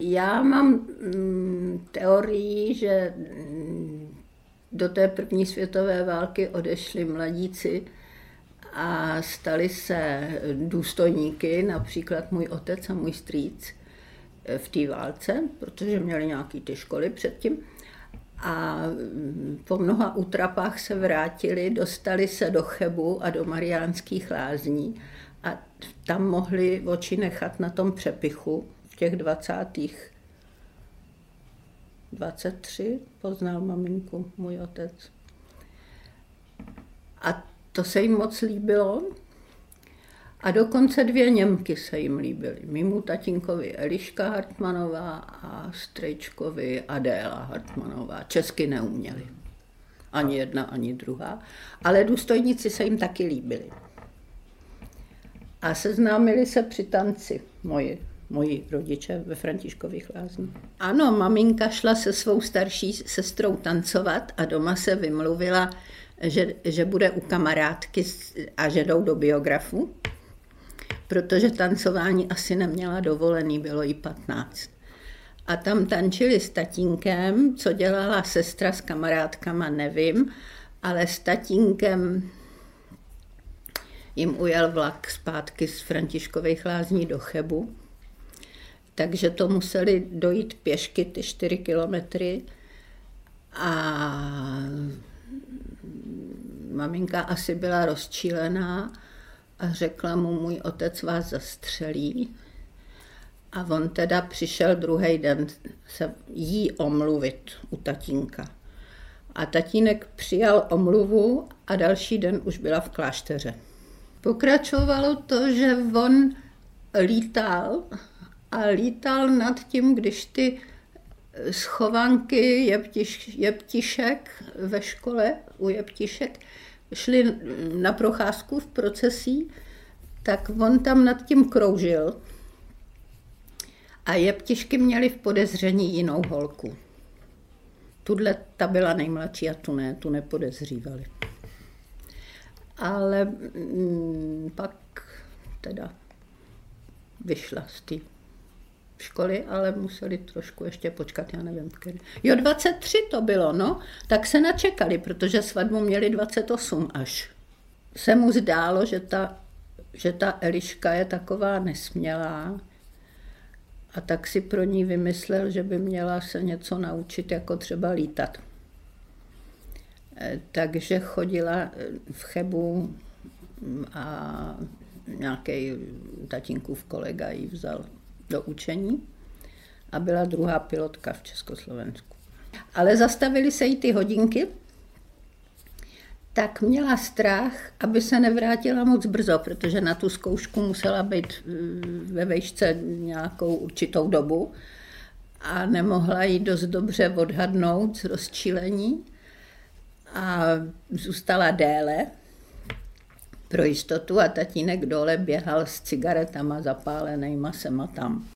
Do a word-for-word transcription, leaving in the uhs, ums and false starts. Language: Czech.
Já mám mm, teorii, že mm, do té první světové války odešli mladíci a stali se důstojníky, například můj otec a můj strýc v té válce, protože měli nějaké ty školy předtím. A po mnoha útrapách se vrátili, dostali se do Chebu a do Mariánských Lázní a tam mohli oči nechat na tom přepichu v těch dvacátých dvacet tři, poznal maminku můj otec. A to se jim moc líbilo. A dokonce dvě Němky se jim líbily. Mému tatínkovi Eliška Hartmanová a strejčkovi Adéla Hartmanová. Česky neuměli. Ani jedna, ani druhá. Ale důstojníci se jim taky líbili. A seznámili se při tanci moji, moji rodiče ve Františkových Lázních. Ano, maminka šla se svou starší sestrou tancovat a doma se vymluvila, že, že bude u kamarádky a že jdou do biografu, protože tancování asi neměla dovolený, bylo jí patnáct. A tam tančili s tatínkem, co dělala sestra s kamarádkama, nevím, ale s tatínkem jim ujel vlak zpátky z Františkových Lázní do Chebu, takže to museli dojít pěšky ty čtyři kilometry a maminka asi byla rozčílená a řekla mu, můj otec vás zastřelí. A on teda přišel druhý den se jí omluvit u tatínka. A tatínek přijal omluvu a další den už byla v klášteře. Pokračovalo to, že on lítal a lítal nad tím, když ty schovanky jeptiš, jeptišek ve škole, u jeptišek, šli na procházku v procesí, tak on tam nad tím kroužil a jeptišky měly v podezření jinou holku. Tudle ta byla nejmladší a tu ne, tu nepodezřívali. Ale mm, pak teda vyšla z té školy, ale museli trošku ještě počkat, já nevím, který. Jo, dvacet tři to bylo, no, tak se načekali, protože svatbu měli dvacet osm až. Se mu zdálo, že ta, že ta Eliška je taková nesmělá a tak si pro ní vymyslel, že by měla se něco naučit, jako třeba lítat. Takže chodila v Chebu a nějaký tatínkův kolega ji vzal do učení a byla druhá pilotka v Československu. Ale zastavily se jí ty hodinky, tak měla strach, aby se nevrátila moc brzo, protože na tu zkoušku musela být ve vejšce nějakou určitou dobu a nemohla ji dost dobře odhadnout z rozčílení a zůstala déle pro jistotu a tatínek dole běhal s cigaretama zapálenejma sem a tam.